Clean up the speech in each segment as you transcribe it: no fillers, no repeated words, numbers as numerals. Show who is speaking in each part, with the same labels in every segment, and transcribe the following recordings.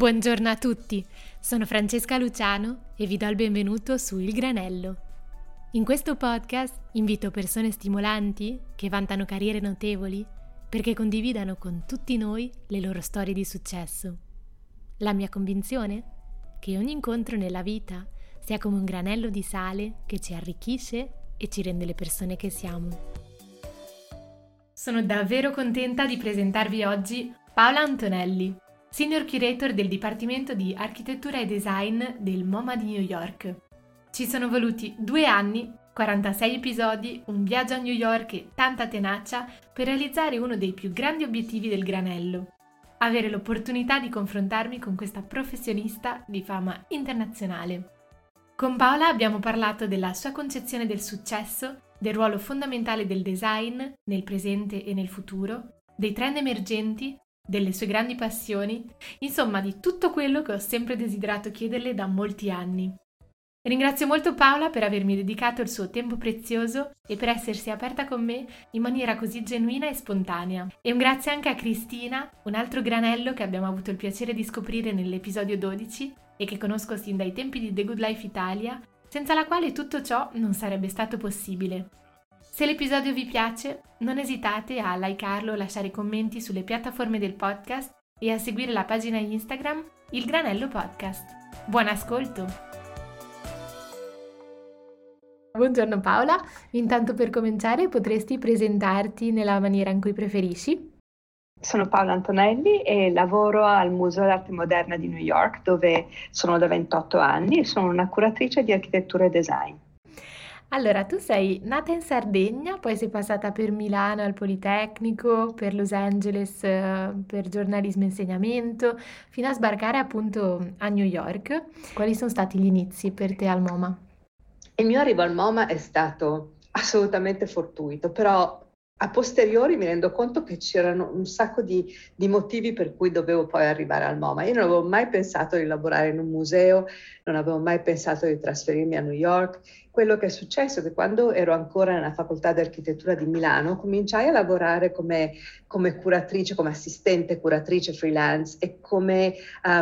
Speaker 1: Buongiorno a tutti, sono Francesca Luciano e vi do il benvenuto su Il Granello. In questo podcast invito persone stimolanti che vantano carriere notevoli perché condividano con tutti noi le loro storie di successo. La mia convinzione? Che ogni incontro nella vita sia come un granello di sale che ci arricchisce e ci rende le persone che siamo. Sono davvero contenta di presentarvi oggi Paola Antonelli, Senior Curator del Dipartimento di Architettura e Design del MoMA di New York. Ci sono voluti 2 anni, 46 episodi, un viaggio a New York e tanta tenacia per realizzare uno dei più grandi obiettivi del Granello: avere l'opportunità di confrontarmi con questa professionista di fama internazionale. Con Paola abbiamo parlato della sua concezione del successo, del ruolo fondamentale del design nel presente e nel futuro, dei trend emergenti, delle sue grandi passioni, insomma di tutto quello che ho sempre desiderato chiederle da molti anni. Ringrazio molto Paola per avermi dedicato il suo tempo prezioso e per essersi aperta con me in maniera così genuina e spontanea. E un grazie anche a Cristina, un altro granello che abbiamo avuto il piacere di scoprire nell'episodio 12 e che conosco sin dai tempi di The Good Life Italia, senza la quale tutto ciò non sarebbe stato possibile. Se l'episodio vi piace, non esitate a likearlo o lasciare commenti sulle piattaforme del podcast e a seguire la pagina Instagram Il Granello Podcast. Buon ascolto! Buongiorno Paola, intanto per cominciare potresti presentarti nella maniera in cui preferisci?
Speaker 2: Sono Paola Antonelli e lavoro al Museo d'Arte Moderna di New York, dove sono da 28 anni e sono una curatrice di architettura e design.
Speaker 1: Allora, tu sei nata in Sardegna, poi sei passata per Milano al Politecnico, per Los Angeles per giornalismo e insegnamento, fino a sbarcare appunto a New York. Quali sono stati gli inizi per te al MoMA?
Speaker 2: Il mio arrivo al MoMA è stato assolutamente fortuito, però a posteriori mi rendo conto che c'erano un sacco di motivi per cui dovevo poi arrivare al MoMA. Io non avevo mai pensato di lavorare in un museo, non avevo mai pensato di trasferirmi a New York. Quello che è successo è che quando ero ancora nella facoltà di architettura di Milano cominciai a lavorare come curatrice, come assistente curatrice freelance e come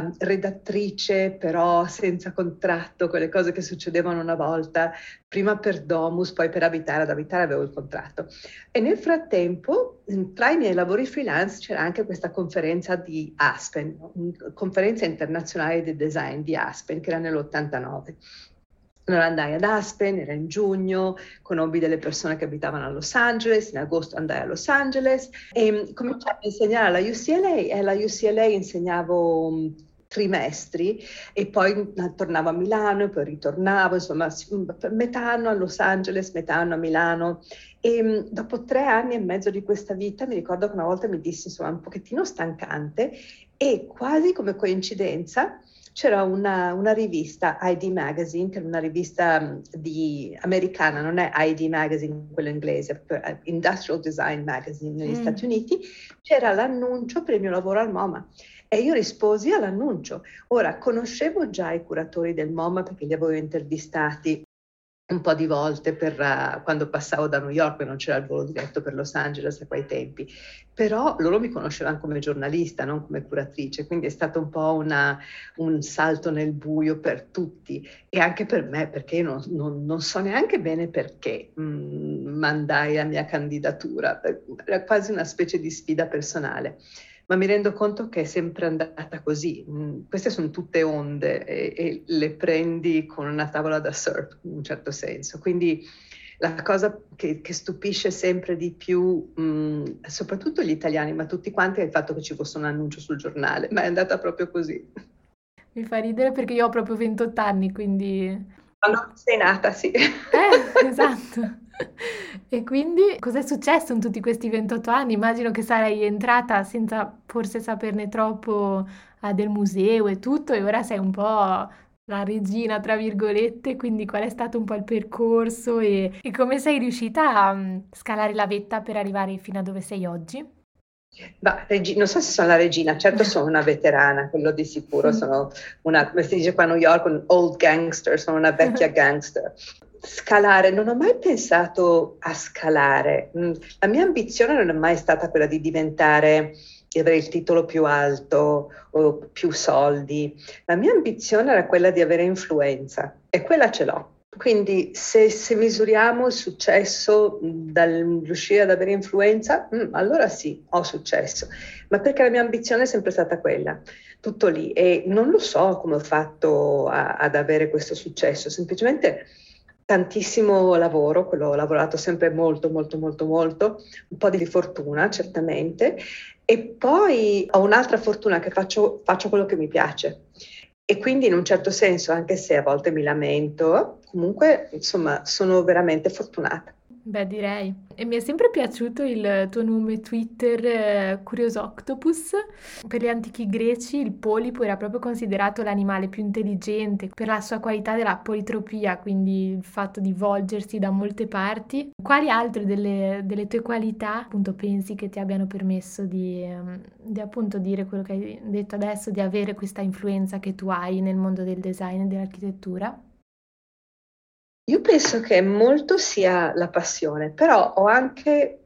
Speaker 2: redattrice, però senza contratto, quelle cose che succedevano una volta, prima per Domus, poi per Abitare. Ad Abitare avevo il contratto. E nel frattempo, tra i miei lavori freelance, c'era anche questa conferenza di Aspen, conferenza internazionale di design di Aspen, che era nell'89. Allora andai ad Aspen, era in giugno, conobbi delle persone che abitavano a Los Angeles, in agosto andai a Los Angeles e cominciai a insegnare alla UCLA e alla UCLA insegnavo trimestri e poi tornavo a Milano e poi ritornavo, insomma metà anno a Los Angeles, metà anno a Milano. E dopo 3 anni e mezzo di questa vita mi ricordo che una volta mi dissi insomma un pochettino stancante e quasi come coincidenza c'era una rivista, ID Magazine, che è una rivista americana, non è ID Magazine quello inglese, Industrial Design Magazine negli Stati Uniti, c'era l'annuncio per il mio lavoro al MoMA. E io risposi all'annuncio. Ora, conoscevo già i curatori del MoMA perché li avevo intervistati un po' di volte quando passavo da New York, perché non c'era il volo diretto per Los Angeles a quei tempi, però loro mi conoscevano come giornalista, non come curatrice, quindi è stato un po' un salto nel buio per tutti e anche per me, perché io non so neanche bene perché mandai la mia candidatura, era quasi una specie di sfida personale. Ma mi rendo conto che è sempre andata così. Queste sono tutte onde e le prendi con una tavola da surf, in un certo senso. Quindi la cosa che stupisce sempre di più, soprattutto gli italiani, ma tutti quanti, è il fatto che ci fosse un annuncio sul giornale. Ma è andata proprio così.
Speaker 1: Mi fa ridere perché io ho proprio 28 anni, quindi...
Speaker 2: Quando sei nata, sì.
Speaker 1: Esatto. E quindi cosa è successo in tutti questi 28 anni? Immagino che sarai entrata senza forse saperne troppo del museo e tutto, e ora sei un po' la regina, tra virgolette, quindi qual è stato un po' il percorso e come sei riuscita a scalare la vetta per arrivare fino a dove sei oggi?
Speaker 2: Non so se sono la regina, certo sono una veterana, quello di sicuro, sono come si dice qua a New York, un old gangster, sono una vecchia gangster. Scalare, non ho mai pensato a scalare. La mia ambizione non è mai stata quella di diventare di avere il titolo più alto o più soldi. La mia ambizione era quella di avere influenza e quella ce l'ho. Quindi se misuriamo il successo dal riuscire ad avere influenza, allora sì, ho successo, ma perché la mia ambizione è sempre stata quella, tutto lì. E non lo so come ho fatto ad avere questo successo, semplicemente tantissimo lavoro, quello ho lavorato sempre molto, molto, molto, molto, un po' di fortuna certamente, e poi ho un'altra fortuna che faccio quello che mi piace. E quindi in un certo senso, anche se a volte mi lamento, comunque insomma sono veramente fortunata.
Speaker 1: Beh, direi. E mi è sempre piaciuto il tuo nome Twitter, Curiosoctopus. Per gli antichi greci il polipo era proprio considerato l'animale più intelligente per la sua qualità della politropia, quindi il fatto di volgersi da molte parti. Quali altre delle tue qualità, appunto, pensi che ti abbiano permesso di appunto dire quello che hai detto adesso, di avere questa influenza che tu hai nel mondo del design e dell'architettura?
Speaker 2: Io penso che molto sia la passione, però ho anche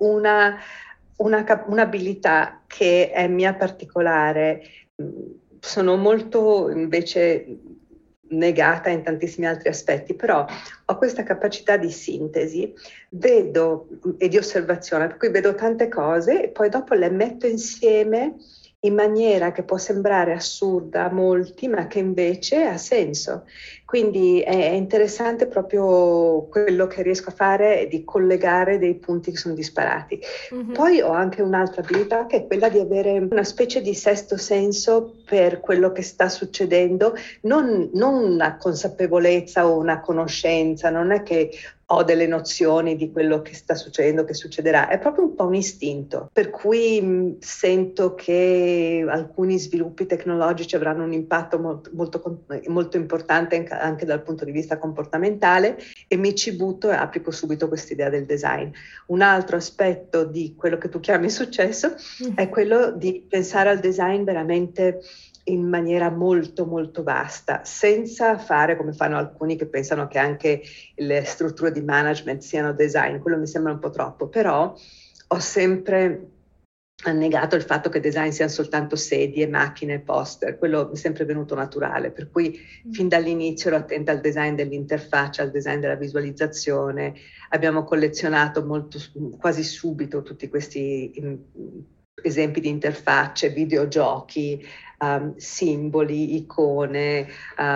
Speaker 2: un'abilità che è mia particolare. Sono molto invece negata in tantissimi altri aspetti, però ho questa capacità di sintesi, vedo e di osservazione, per cui vedo tante cose e poi dopo le metto insieme in maniera che può sembrare assurda a molti, ma che invece ha senso. Quindi è interessante proprio quello che riesco a fare di collegare dei punti che sono disparati.
Speaker 1: Mhm.
Speaker 2: Poi ho anche un'altra abilità che è quella di avere una specie di sesto senso per quello che sta succedendo, non una consapevolezza o una conoscenza, non è che ho delle nozioni di quello che sta succedendo, che succederà, è proprio un po' un istinto, per cui sento che alcuni sviluppi tecnologici avranno un impatto molto importante anche dal punto di vista comportamentale e mi ci butto e applico subito quest'idea del design. Un altro aspetto di quello che tu chiami successo è quello di pensare al design veramente in maniera molto molto vasta, senza fare come fanno alcuni che pensano che anche le strutture di management siano design, quello mi sembra un po' troppo, però ho sempre negato il fatto che design siano soltanto sedie, macchine, poster, quello mi è sempre venuto naturale, per cui fin dall'inizio ero attenta al design dell'interfaccia, al design della visualizzazione, abbiamo collezionato quasi subito tutti questi esempi di interfacce, videogiochi, simboli, icone,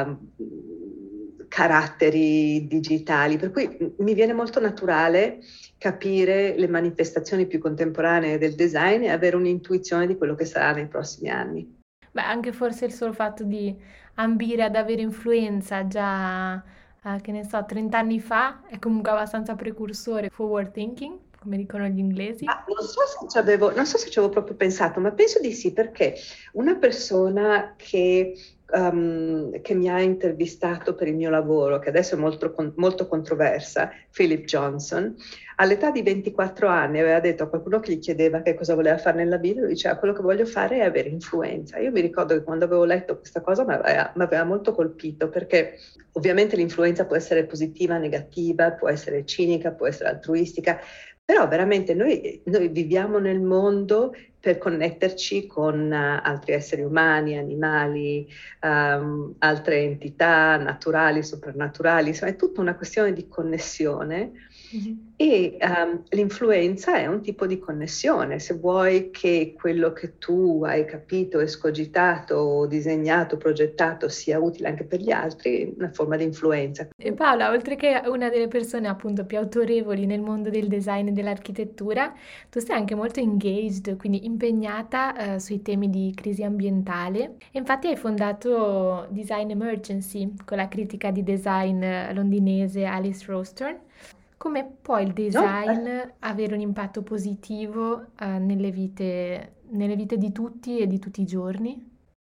Speaker 2: caratteri digitali, per cui mi viene molto naturale capire le manifestazioni più contemporanee del design e avere un'intuizione di quello che sarà nei prossimi anni.
Speaker 1: Beh, anche forse il solo fatto di ambire ad avere influenza già, che ne so, 30 anni fa è comunque abbastanza precursore, forward thinking, come dicono gli inglesi.
Speaker 2: Ma non so se ci avevo proprio pensato, ma penso di sì, perché una persona che mi ha intervistato per il mio lavoro, che adesso è molto controversa, Philip Johnson, all'età di 24 anni aveva detto a qualcuno che gli chiedeva che cosa voleva fare nella vita, lui diceva quello che voglio fare è avere influenza. Io mi ricordo che quando avevo letto questa cosa mi aveva molto colpito, perché ovviamente l'influenza può essere positiva, negativa, può essere cinica, può essere altruistica, però veramente noi viviamo nel mondo per connetterci con altri esseri umani, animali, altre entità naturali, soprannaturali, insomma è tutta una questione di connessione
Speaker 1: Mhm.
Speaker 2: e l'influenza è un tipo di connessione. Se vuoi che quello che tu hai capito, escogitato, disegnato, progettato sia utile anche per gli altri, è una forma di influenza.
Speaker 1: E Paola, oltre che una delle persone appunto più autorevoli nel mondo del design e dell'architettura, tu sei anche molto engaged, quindi impegnata sui temi di crisi ambientale. E infatti hai fondato Design Emergency con la critica di design londinese Alice Rawstorn. Come può il
Speaker 2: No?
Speaker 1: design avere un impatto positivo nelle vite di tutti e di tutti i giorni?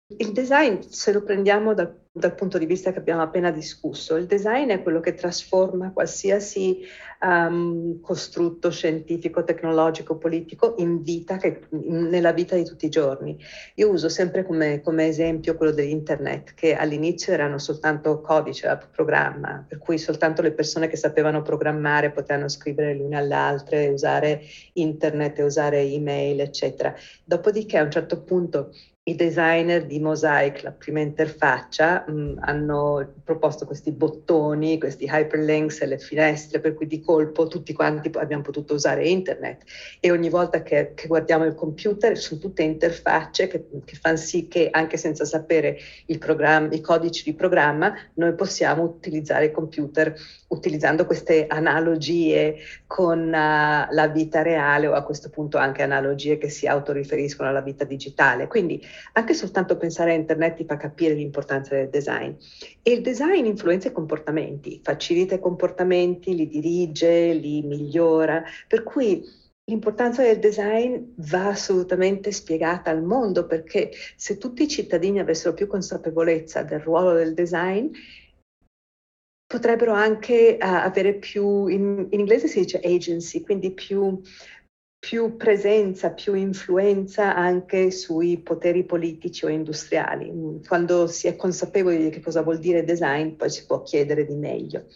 Speaker 2: Il design, se lo prendiamo dal punto di vista che abbiamo appena discusso, il design è quello che trasforma qualsiasi costrutto scientifico, tecnologico, politico in vita, nella vita di tutti i giorni. Io uso sempre come esempio quello dell'internet, che all'inizio erano soltanto codice, programma, per cui soltanto le persone che sapevano programmare potevano scrivere le une alle altre, usare internet e usare email, eccetera. Dopodiché a un certo punto i designer di Mosaic, la prima interfaccia, hanno proposto questi bottoni, questi hyperlinks e le finestre, per cui di colpo tutti quanti abbiamo potuto usare internet. E ogni volta che guardiamo il computer sono tutte interfacce che fanno sì che, anche senza sapere i codici di programma, noi possiamo utilizzare il computer utilizzando queste analogie con la vita reale, o a questo punto anche analogie che si autoriferiscono alla vita digitale. Quindi anche soltanto pensare a internet ti fa capire l'importanza del design. E il design influenza i comportamenti, facilita i comportamenti, li dirige, li migliora, per cui l'importanza del design va assolutamente spiegata al mondo, perché se tutti i cittadini avessero più consapevolezza del ruolo del design, potrebbero anche avere più, in inglese si dice agency, quindi più presenza, più influenza anche sui poteri politici o industriali. Quando si è consapevoli di che cosa vuol dire design, poi si può chiedere di meglio.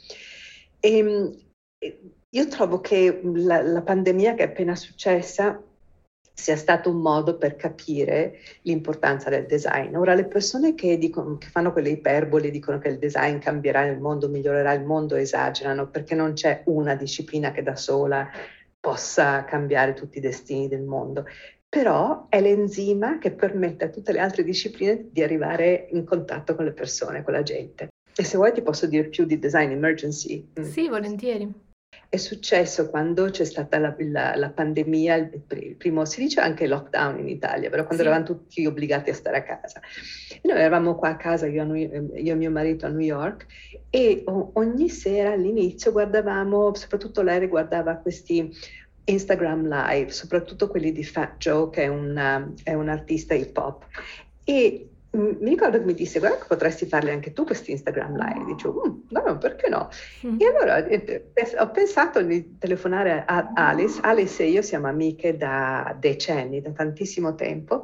Speaker 2: Io trovo che la pandemia che è appena successa sia stato un modo per capire l'importanza del design. Ora, le persone che fanno quelle iperboli, dicono che il design cambierà il mondo, migliorerà il mondo, esagerano, perché non c'è una disciplina che da sola possa cambiare tutti i destini del mondo. Però è l'enzima che permette a tutte le altre discipline di arrivare in contatto con le persone, con la gente. E se vuoi ti posso dire più di design emergency.
Speaker 1: Sì, volentieri.
Speaker 2: È successo quando c'è stata la pandemia, il primo, si dice anche lockdown in Italia, però quando eravamo tutti obbligati a stare a casa. E noi eravamo qua a casa, io e mio marito a New York, e ogni sera all'inizio guardavamo, soprattutto lei guardava questi Instagram live, soprattutto quelli di Fat Joe, che è un artista hip hop. E mi ricordo che mi disse: guarda che potresti farli anche tu questi Instagram live. Dicevo, no, perché no? E allora ho pensato di telefonare a Alice. Alice e io siamo amiche da decenni, da tantissimo tempo,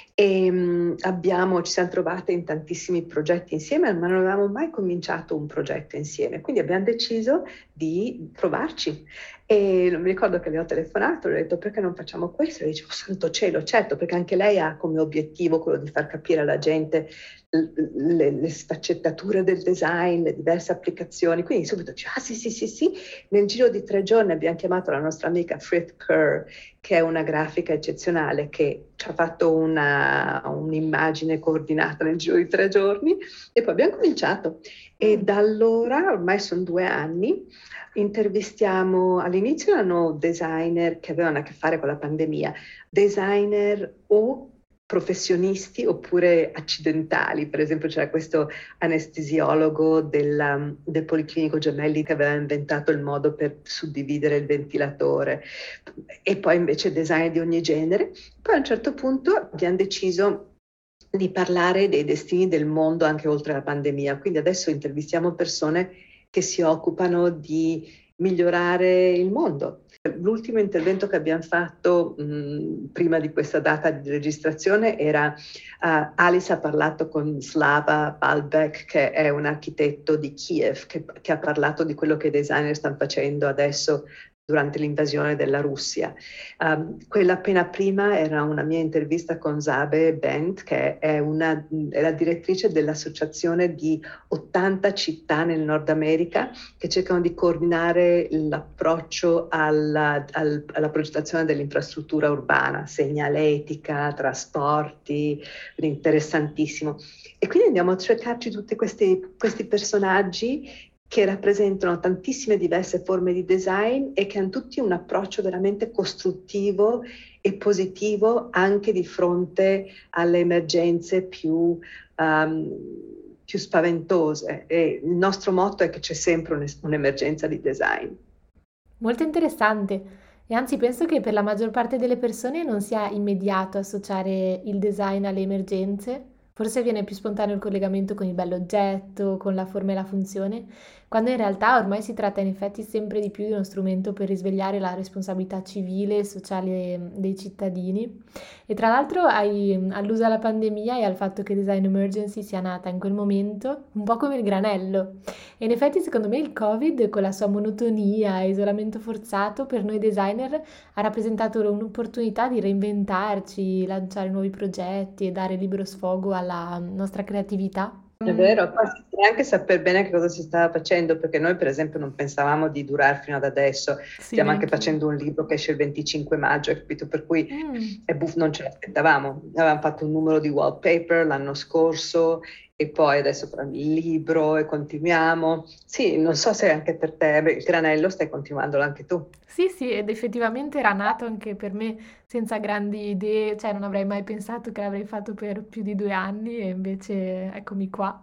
Speaker 2: e ci siamo trovate in tantissimi progetti insieme, ma non avevamo mai cominciato un progetto insieme, quindi abbiamo deciso di provarci. E mi ricordo che le ho telefonato, le ho detto: perché non facciamo questo? E dicevo: santo cielo, certo, perché anche lei ha come obiettivo quello di far capire alla gente le sfaccettature del design, le diverse applicazioni. Quindi subito dice: ah sì. Nel giro di 3 giorni abbiamo chiamato la nostra amica Frith Kerr, che è una grafica eccezionale, che ci ha fatto un'immagine coordinata nel giro di 3 giorni, e poi abbiamo cominciato. E da allora, ormai sono 2 anni, intervistiamo, all'inizio erano designer che avevano a che fare con la pandemia, designer o professionisti oppure accidentali. Per esempio c'era questo anestesiologo del Policlinico Gemelli che aveva inventato il modo per suddividere il ventilatore, e poi invece design di ogni genere. Poi a un certo punto abbiamo deciso di parlare dei destini del mondo anche oltre la pandemia, quindi adesso intervistiamo persone che si occupano di migliorare il mondo. L'ultimo intervento che abbiamo fatto prima di questa data di registrazione era Alice ha parlato con Slava Balbek, che è un architetto di Kiev, che ha parlato di quello che i designer stanno facendo adesso durante l'invasione della Russia. Quella appena prima era una mia intervista con Zabe Bent, che è la direttrice dell'associazione di 80 città nel Nord America che cercano di coordinare l'approccio alla progettazione dell'infrastruttura urbana, segnaletica, trasporti, interessantissimo. E quindi andiamo a cercarci tutti questi personaggi che rappresentano tantissime diverse forme di design e che hanno tutti un approccio veramente costruttivo e positivo anche di fronte alle emergenze più spaventose. E il nostro motto è che c'è sempre un'emergenza di design.
Speaker 1: Molto interessante, e anzi penso che per la maggior parte delle persone non sia immediato associare il design alle emergenze, Forse viene più spontaneo il collegamento con il bell'oggetto, con la forma e la funzione, quando in realtà ormai si tratta in effetti sempre di più di uno strumento per risvegliare la responsabilità civile e sociale dei cittadini. E tra l'altro hai alluso alla pandemia e al fatto che Design Emergency sia nata in quel momento, un po' come il granello. E in effetti secondo me il Covid, con la sua monotonia e isolamento forzato, per noi designer ha rappresentato un'opportunità di reinventarci, lanciare nuovi progetti e dare libero sfogo alla nostra creatività.
Speaker 2: È vero, poi neanche saper bene che cosa si stava facendo, perché noi per esempio non pensavamo di durare fino ad adesso,
Speaker 1: Sì,
Speaker 2: stiamo anche
Speaker 1: neanche io.
Speaker 2: facendo un libro che esce il 25 maggio, hai capito? Per cui
Speaker 1: Mm.
Speaker 2: è buffo, non ce l'aspettavamo, avevamo fatto un numero di wallpaper l'anno scorso e poi adesso faremo il libro e continuiamo. Sì, non so se anche per te, beh, il granello stai continuandolo anche tu.
Speaker 1: Sì, sì, ed effettivamente era nato anche per me senza grandi idee, cioè non avrei mai pensato che l'avrei fatto per più di 2 anni e invece eccomi qua.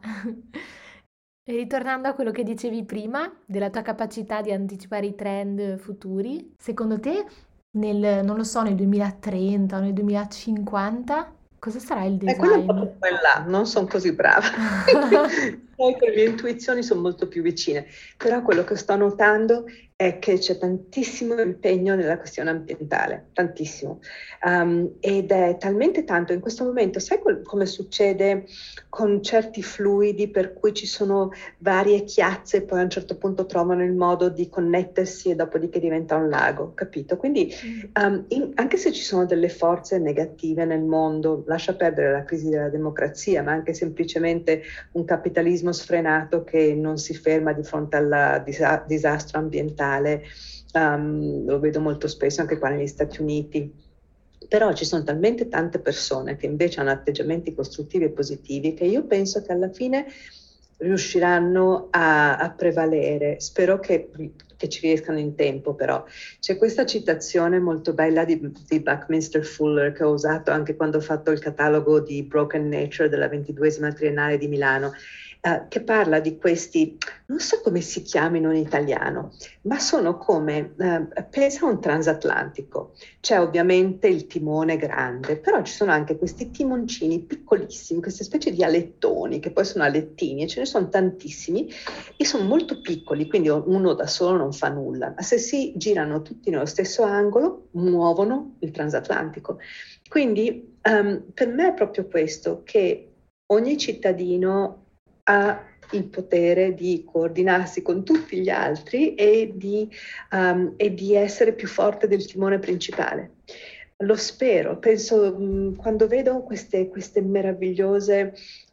Speaker 1: E ritornando a quello che dicevi prima, della tua capacità di anticipare i trend futuri, secondo te non lo so, nel 2030 o nel 2050, cosa sarà il
Speaker 2: Quello è un
Speaker 1: design?
Speaker 2: po' più in là, non sono così brava. Poi le mie intuizioni sono molto più vicine, però quello che sto notando è che c'è tantissimo impegno nella questione ambientale, tantissimo. Ed è talmente tanto in questo momento, sai come succede con certi fluidi per cui ci sono varie chiazze e poi a un certo punto trovano il modo di connettersi e dopodiché diventa un lago, capito? Quindi
Speaker 1: Mm.
Speaker 2: anche se ci sono delle forze negative nel mondo, lascia perdere la crisi della democrazia, ma anche semplicemente un capitalismo sfrenato che non si ferma di fronte al disastro ambientale, lo vedo molto spesso anche qua negli Stati Uniti. Però ci sono talmente tante persone che invece hanno atteggiamenti costruttivi e positivi che io penso che alla fine riusciranno a prevalere. Spero che ci riescano in tempo, però. C'è questa citazione molto bella di Buckminster Fuller che ho usato anche quando ho fatto il catalogo di Broken Nature della 22esima Triennale di Milano, che parla di questi, non so come si chiamino in italiano, ma sono come, pensa a un transatlantico. C'è ovviamente il timone grande, però ci sono anche questi timoncini piccolissimi, queste specie di alettoni, che poi sono alettini, e ce ne sono tantissimi, e sono molto piccoli, quindi uno da solo non fa nulla, ma se si girano tutti nello stesso angolo, muovono il transatlantico. Quindi per me è proprio questo, che ogni cittadino ha il potere di coordinarsi con tutti gli altri e di essere più forte del timone principale. Lo spero, penso quando vedo questi meravigliosi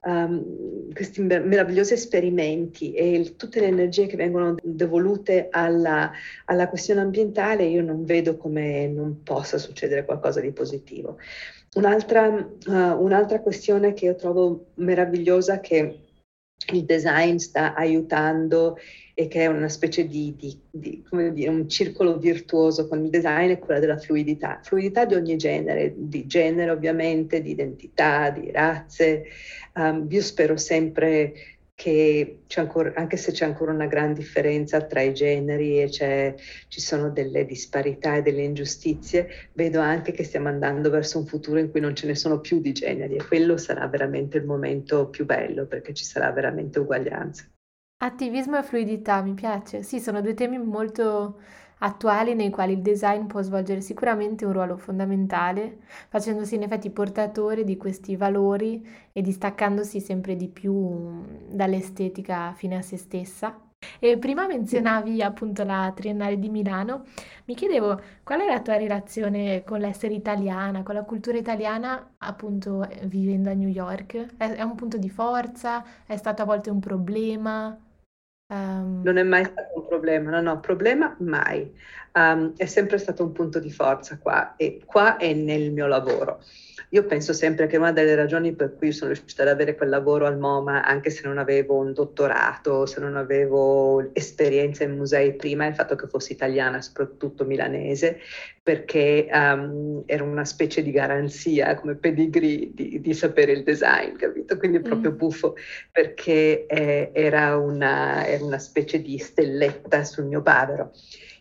Speaker 2: esperimenti e tutte le energie che vengono devolute alla questione ambientale, io non vedo come non possa succedere qualcosa di positivo. Un'altra questione che io trovo meravigliosa che il design sta aiutando e che è una specie come dire, un circolo virtuoso con il design è quella della fluidità di ogni genere, di genere ovviamente, di identità, di razze. Io spero sempre che c'è ancora, anche se c'è ancora una gran differenza tra i generi e ci sono delle disparità e delle ingiustizie, vedo anche che stiamo andando verso un futuro in cui non ce ne sono più di generi e quello sarà veramente il momento più bello perché ci sarà veramente uguaglianza.
Speaker 1: Attivismo e fluidità, mi piace. Sì, sono due temi molto attuali nei quali il design può svolgere sicuramente un ruolo fondamentale, facendosi in effetti portatore di questi valori e distaccandosi sempre di più dall'estetica fine a se stessa. E prima menzionavi appunto la Triennale di Milano, mi chiedevo qual è la tua relazione con l'essere italiana, con la cultura italiana, appunto vivendo a New York? È un punto di forza? È stato a volte un problema?
Speaker 2: Non è mai stato un problema, no, no, problema mai. È sempre stato un punto di forza qua è nel mio lavoro. Io penso sempre che una delle ragioni per cui sono riuscita ad avere quel lavoro al MoMA, anche se non avevo un dottorato, se non avevo esperienza in musei prima, è il fatto che fossi italiana, soprattutto milanese, perché era una specie di garanzia, come pedigree di sapere il design, capito? Quindi è proprio
Speaker 1: Mm.
Speaker 2: buffo perché era una specie di stelletta sul mio bavero.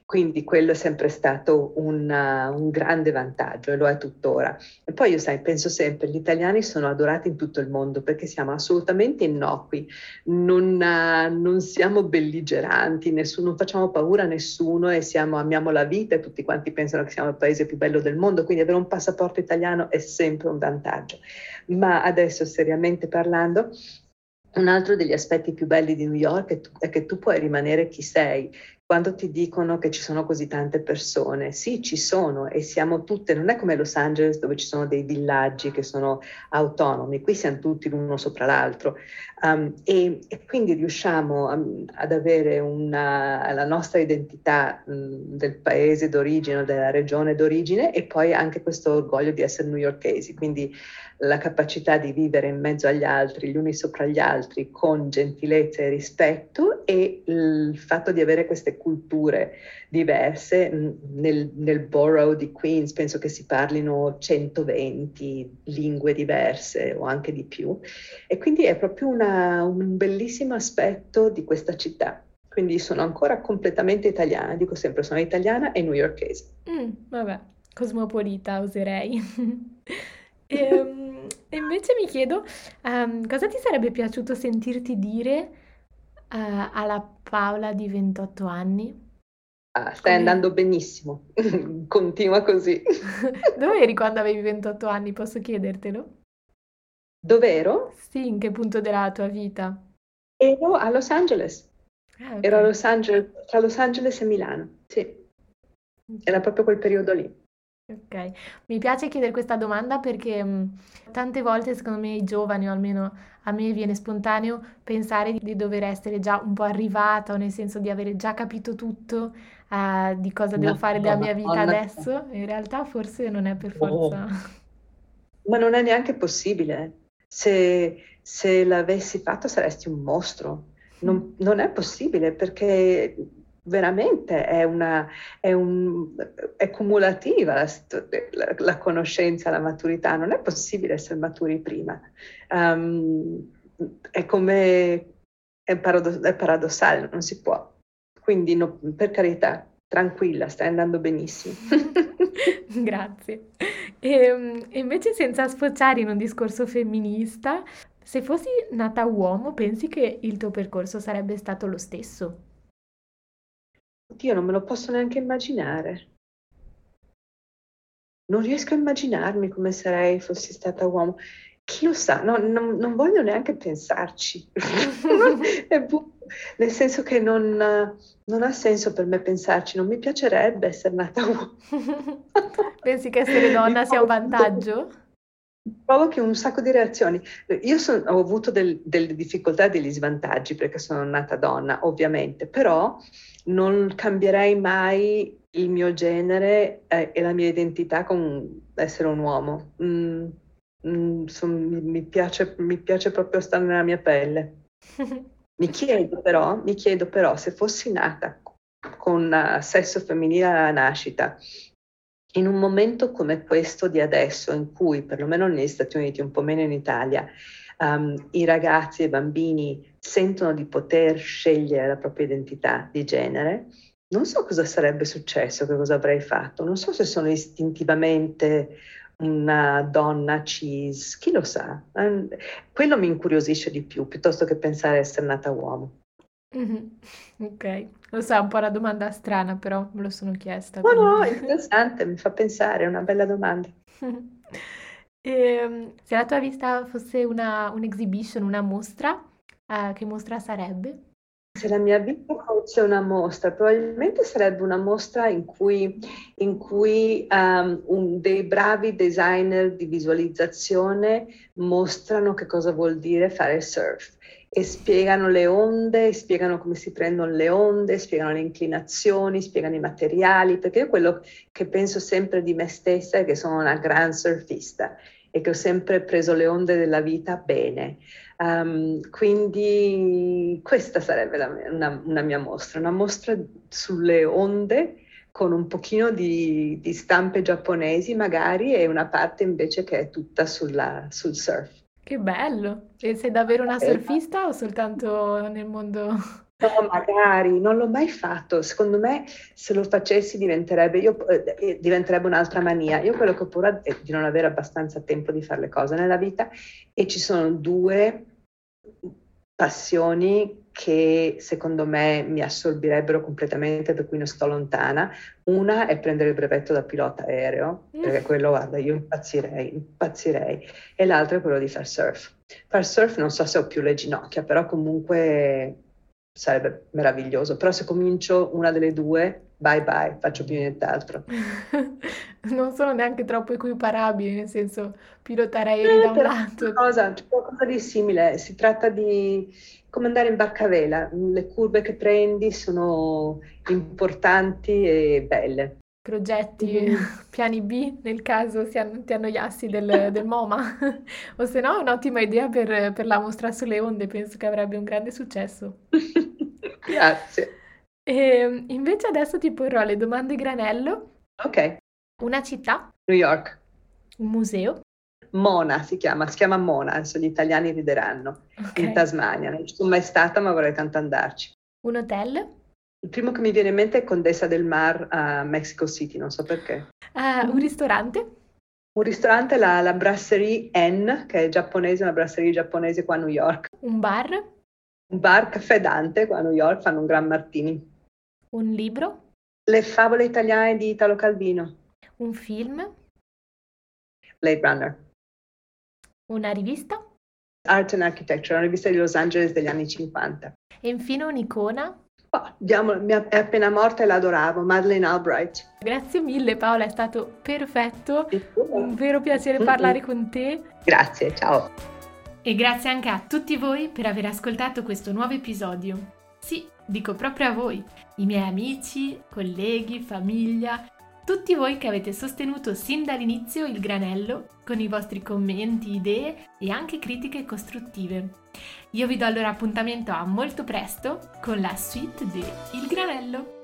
Speaker 2: Quindi quello è sempre stato un grande vantaggio e lo è tuttora. E poi io penso sempre, gli italiani sono adorati in tutto il mondo perché siamo assolutamente innocui, non siamo belligeranti, non facciamo paura a nessuno e amiamo la vita e tutti quanti pensano che siamo il paese più bello del mondo, quindi avere un passaporto italiano è sempre un vantaggio. Ma adesso, seriamente parlando, un altro degli aspetti più belli di New York è che tu puoi rimanere chi sei. Quando ti dicono che ci sono così tante persone, sì, ci sono e siamo tutte, non è come Los Angeles dove ci sono dei villaggi che sono autonomi, qui siamo tutti l'uno sopra l'altro. E quindi riusciamo ad avere la nostra identità del paese d'origine, della regione d'origine e poi anche questo orgoglio di essere newyorkesi, quindi la capacità di vivere in mezzo agli altri, gli uni sopra gli altri, con gentilezza e rispetto e il fatto di avere queste culture diverse. Nel borough di Queens penso che si parlino 120 lingue diverse o anche di più e quindi è proprio un bellissimo aspetto di questa città. Quindi sono ancora completamente italiana, dico sempre sono italiana e newyorkese.
Speaker 1: Vabbè, cosmopolita oserei. E invece mi chiedo, cosa ti sarebbe piaciuto sentirti dire, alla Paola di 28 anni?
Speaker 2: Stai
Speaker 1: Come...
Speaker 2: andando benissimo, continua così.
Speaker 1: Dove eri quando avevi 28 anni? Posso chiedertelo?
Speaker 2: Dov'ero?
Speaker 1: Sì, in che punto della tua vita?
Speaker 2: Ero a Los Angeles.
Speaker 1: Ah, ok.
Speaker 2: Ero a Los Angeles, tra Los Angeles e Milano. Sì, era proprio quel periodo lì.
Speaker 1: Ok, mi piace chiedere questa domanda perché tante volte secondo me i giovani, o almeno a me viene spontaneo pensare di dover essere già un po' arrivata, o nel senso di avere già capito tutto, di cosa devo
Speaker 2: No,
Speaker 1: fare della mia vita
Speaker 2: Madonna.
Speaker 1: adesso. In realtà forse non è per
Speaker 2: Oh.
Speaker 1: forza.
Speaker 2: Ma non è neanche possibile. Se l'avessi fatto saresti un mostro. Non è possibile perché veramente è cumulativa la conoscenza, la maturità. Non è possibile essere maturi prima. Um, è come, è paradossale, non si può. Quindi per carità, tranquilla, stai andando benissimo.
Speaker 1: Grazie. E invece senza sfociare in un discorso femminista, se fossi nata uomo, pensi che il tuo percorso sarebbe stato lo stesso?
Speaker 2: Oddio, non me lo posso neanche immaginare. Non riesco a immaginarmi come sarei fossi stata uomo. Chi lo sa? No, non voglio neanche pensarci. È nel senso che non ha senso per me pensarci. Non mi piacerebbe essere nata uomo.
Speaker 1: Pensi che essere
Speaker 2: Mi
Speaker 1: donna sia un
Speaker 2: provochi
Speaker 1: vantaggio?
Speaker 2: provochi un sacco di reazioni. Io ho avuto delle difficoltà e degli svantaggi perché sono nata donna, ovviamente, però non cambierei mai il mio genere e la mia identità con essere un uomo. Mi piace proprio stare nella mia pelle. Mi chiedo però se fossi nata con sesso femminile alla nascita, in un momento come questo di adesso, in cui perlomeno negli Stati Uniti, un po' meno in Italia, i ragazzi e i bambini sentono di poter scegliere la propria identità di genere, non so cosa sarebbe successo, che cosa avrei fatto, non so se sono istintivamente una donna cis, chi lo sa. Quello mi incuriosisce di più, piuttosto che pensare di essere nata uomo.
Speaker 1: Mhm. Ok, lo so, è un po' una domanda strana, però me lo sono chiesta,
Speaker 2: No,
Speaker 1: quindi...
Speaker 2: no, è interessante, mi fa pensare, è una bella domanda.
Speaker 1: Se la tua vista fosse un'exhibition, una mostra, che mostra sarebbe?
Speaker 2: Se la mia vita fosse una mostra, probabilmente sarebbe una mostra in cui dei bravi designer di visualizzazione mostrano che cosa vuol dire fare surf e spiegano le onde, spiegano come si prendono le onde, spiegano le inclinazioni, spiegano i materiali, perché io quello che penso sempre di me stessa è che sono una gran surfista e che ho sempre preso le onde della vita bene. Quindi questa sarebbe una mia mostra, una mostra sulle onde con un pochino di stampe giapponesi magari e una parte invece che è tutta sul surf.
Speaker 1: Che bello! E sei davvero una
Speaker 2: Eh,
Speaker 1: surfista o soltanto nel mondo?
Speaker 2: No, magari, non l'ho mai fatto. Secondo me, se lo facessi diventerebbe un'altra mania. Io quello che ho paura è di non avere abbastanza tempo di fare le cose nella vita e ci sono due passioni che secondo me mi assorbirebbero completamente, per cui non sto lontana. Una è prendere il brevetto da pilota aereo, perché quello, guarda, io impazzirei. E l'altra è quello di far surf. Far surf non so se ho più le ginocchia, però comunque sarebbe meraviglioso. Però se comincio una delle due, bye bye, faccio più nient'altro.
Speaker 1: Non sono neanche troppo equiparabili, nel senso pilotare aerei da un
Speaker 2: Però
Speaker 1: lato.
Speaker 2: c'è qualcosa di simile, si tratta di come andare in barcavela, le curve che prendi sono importanti e belle.
Speaker 1: Progetti, piani B nel caso ti annoiassi del MoMA, o se no è un'ottima idea per la mostra sulle onde, penso che avrebbe un grande successo.
Speaker 2: Grazie.
Speaker 1: E invece adesso ti porrò le domande granello,
Speaker 2: Ok,
Speaker 1: una città,
Speaker 2: New York.
Speaker 1: un museo,
Speaker 2: Mona si chiama Mona, adesso gli italiani rideranno, in
Speaker 1: ok,
Speaker 2: Tasmania. Non ci sono mai stata, ma vorrei tanto andarci.
Speaker 1: un hotel,
Speaker 2: Il primo che mi viene in mente è Condesa del Mar a Mexico City, non so perché.
Speaker 1: un ristorante,
Speaker 2: Un ristorante, la Brasserie N, che è giapponese, una brasserie giapponese qua a New York.
Speaker 1: un bar,
Speaker 2: Un bar Caffè Dante qua a New York, fanno un gran martini.
Speaker 1: un libro,
Speaker 2: Le favole italiane di Italo Calvino.
Speaker 1: un film,
Speaker 2: Blade Runner.
Speaker 1: una rivista
Speaker 2: Art and Architecture, una rivista di Los Angeles degli anni 50.
Speaker 1: e infine un'icona.
Speaker 2: Oh, è appena morta e l'adoravo, Madeleine Albright.
Speaker 1: Grazie mille Paola, è stato perfetto, un vero piacere parlare con te.
Speaker 2: Grazie, ciao.
Speaker 1: E grazie anche a tutti voi per aver ascoltato questo nuovo episodio. Sì, dico proprio a voi, i miei amici, colleghi, famiglia, tutti voi che avete sostenuto sin dall'inizio il Granello con i vostri commenti, idee e anche critiche costruttive. Io vi do allora appuntamento a molto presto con la suite di Il Granello.